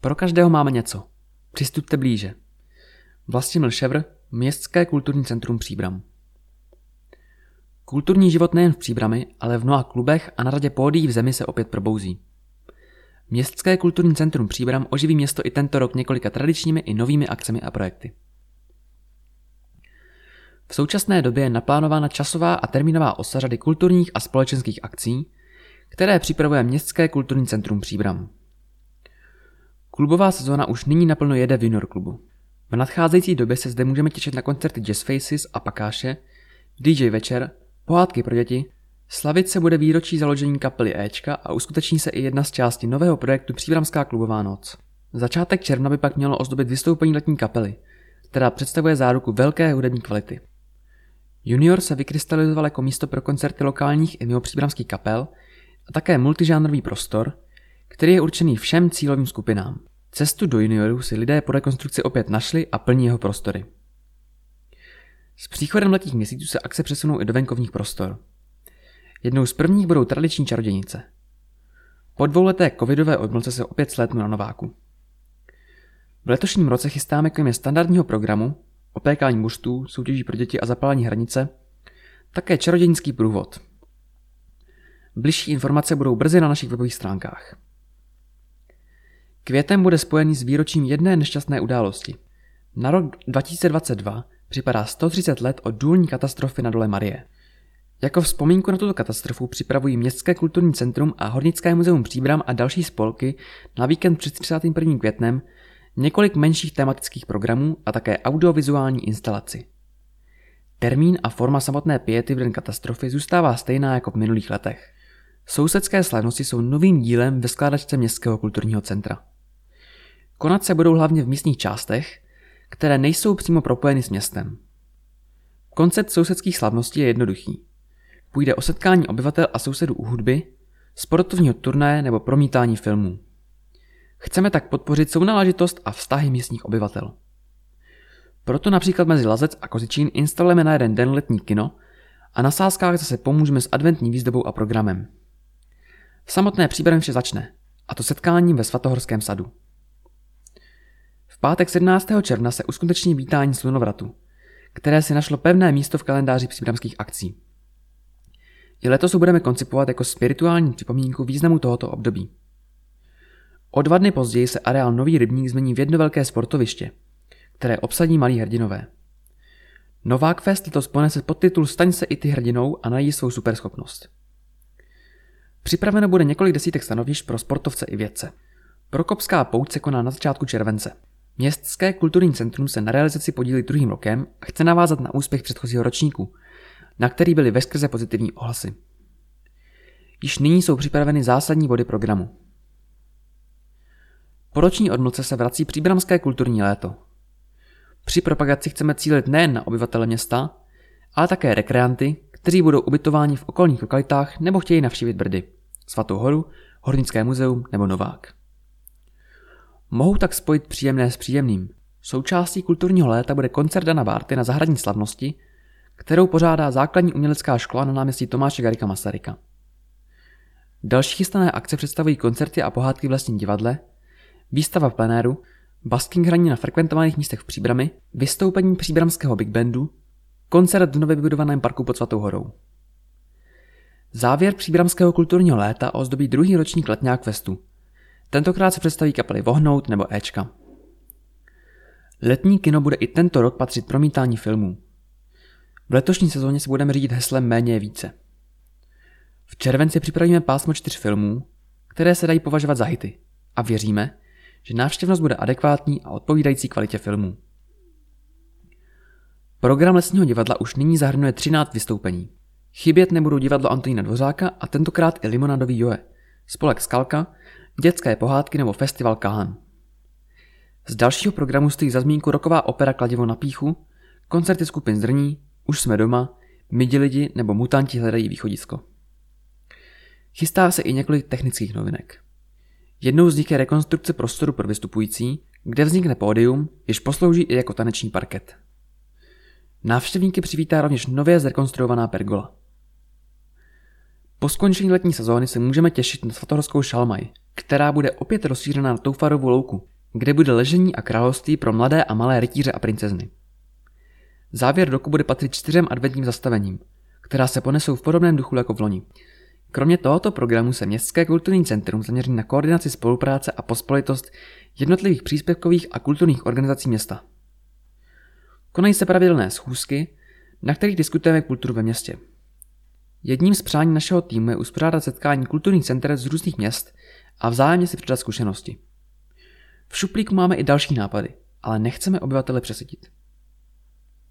Pro každého máme něco. Přistupte blíže. Vlastimil Ševr, Městské kulturní centrum Příbram. Kulturní život nejen v Příbrami, ale v mnoha klubech a na řadě pódií v zemi se opět probouzí. Městské kulturní centrum Příbram oživí město i tento rok několika tradičními i novými akcemi a projekty. V současné době je naplánována časová a termínová osa řady kulturních a společenských akcí, které připravuje Městské kulturní centrum Příbram. Klubová sezóna už nyní naplno jede v junior klubu. V nadcházející době se zde můžeme těšit na koncerty Jazz Faces a Pakáše, DJ večer, pohádky pro děti, slavit se bude výročí založení kapely Éčka a uskuteční se i jedna z částí nového projektu Příbramská klubová noc. Začátek června by pak mělo ozdobit vystoupení letní kapely, která představuje záruku velké hudební kvality. Junior se vykrystalizoval jako místo pro koncerty lokálních i mimopříbramských kapel a také multižánrový prostor, který je určený všem cílovým skupinám. Cestu do junioru si lidé po rekonstrukci opět našli a plní jeho prostory. S příchodem letních měsíců se akce přesunou i do venkovních prostor. Jednou z prvních budou tradiční čarodějnice. Po dvouleté covidové odmlce se opět slétnu na Nováku. V letošním roce chystáme kromě standardního programu, opékání muštů, soutěží pro děti a zapálení hranice, také čarodějnický průvod. Bližší informace budou brzy na našich webových stránkách. Květen bude spojený s výročím jedné nešťastné události. Na rok 2022 připadá 130 let od důlní katastrofy na dole Marie. Jako vzpomínku na tuto katastrofu připravují Městské kulturní centrum a Hornické muzeum Příbram a další spolky na víkend před 31. květnem několik menších tematických programů a také audiovizuální instalaci. Termín a forma samotné piety v den katastrofy zůstává stejná jako v minulých letech. Sousedské slavnosti jsou novým dílem ve skládačce Městského kulturního centra. Konat se budou hlavně v místních částech, které nejsou přímo propojeny s městem. Koncept sousedských slavností je jednoduchý. Půjde o setkání obyvatel a sousedů u hudby, sportovního turnaje nebo promítání filmů. Chceme tak podpořit sounáležitost a vztahy místních obyvatel. Proto například mezi Lazec a Kozičín instalujeme na jeden den letní kino a na Sázkách zase pomůžeme s adventní výzdobou a programem. V samotné Příbrami vše začne, a to setkáním ve Svatohorském sadu. V pátek 17. června se uskuteční vítání slunovratu, které si našlo pevné místo v kalendáři příbramských akcí. I letos ho budeme koncipovat jako spirituální připomínku významu tohoto období. O 2 dny později se areál Nový Rybník změní v jedno velké sportoviště, které obsadí malí hrdinové. Novák Fest letos ponese podtitul Staň se i ty hrdinou a najdi svou superschopnost. Připraveno bude několik desítek stanovišť pro sportovce i vědce. Prokopská pouť se koná na začátku července. Městské kulturní centrum se na realizaci podílí druhým rokem a chce navázat na úspěch předchozího ročníku, na který byly veskrze pozitivní ohlasy. Již nyní jsou připraveny zásadní body programu. Po roční odmlce se vrací příbramské kulturní léto. Při propagaci chceme cílit nejen na obyvatele města, ale také rekreanty, kteří budou ubytováni v okolních lokalitách nebo chtějí navštívit Brdy, Svatou horu, Hornické muzeum nebo Novák. Mohou tak spojit příjemné s příjemným. Součástí kulturního léta bude koncert Dana Bárty na zahradní slavnosti, kterou pořádá základní umělecká škola na náměstí Tomáše Garrigua Masaryka. Další chystané akce představují koncerty a pohádky v lesním divadle, výstava v plenéru, basking hraní na frekventovaných místech v Příbrami, vystoupení příbramského big bandu, koncert v nově vybudovaném parku pod Svatou horou. Závěr příbramského kulturního léta ozdobí druhý ročník Letňák festu. Tentokrát se představí kapely Vohnout nebo Éčka. Letní kino bude i tento rok patřit promítání filmů. V letošní sezóně se budeme řídit heslem méně je více. V červenci připravíme pásmo 4 filmů, které se dají považovat za hity, a věříme, že návštěvnost bude adekvátní a odpovídající kvalitě filmů. Program Lesního divadla už nyní zahrnuje 13 vystoupení. Chybět nebudou divadlo Antonína Dvořáka a tentokrát i Limonádový Joe, spolek Skalka, dětské pohádky nebo festival Kahan. Z dalšího programu stojí za zmínku roková opera Kladivo na pýchu, koncerty skupin Zdrní, Už jsme doma, Midi lidi nebo Mutanti hledají východisko. Chystá se i několik technických novinek. Jednou z nich je rekonstrukce prostoru pro vystupující, kde vznikne pódium, jež poslouží i jako taneční parket. Návštěvníky přivítá rovněž nově zrekonstruovaná pergola. Po skončení letní sezóny se můžeme těšit na svatohorskou šalmaj, která bude opět rozšířena na Toufarovu louku, kde bude ležení a království pro mladé a malé rytíře a princezny. Závěr roku bude patřit 4 adventním zastavením, která se ponesou v podobném duchu jako v loni. Kromě tohoto programu se Městské kulturní centrum zaměří na koordinaci spolupráce a pospolitost jednotlivých příspěvkových a kulturních organizací města. Konají se pravidelné schůzky, na kterých diskutujeme kulturu ve městě. Jedním z přání našeho týmu je uspořádat setkání kulturních center z různých měst a vzájemně si předat zkušenosti. V šuplíku máme i další nápady, ale nechceme obyvatele přesytit.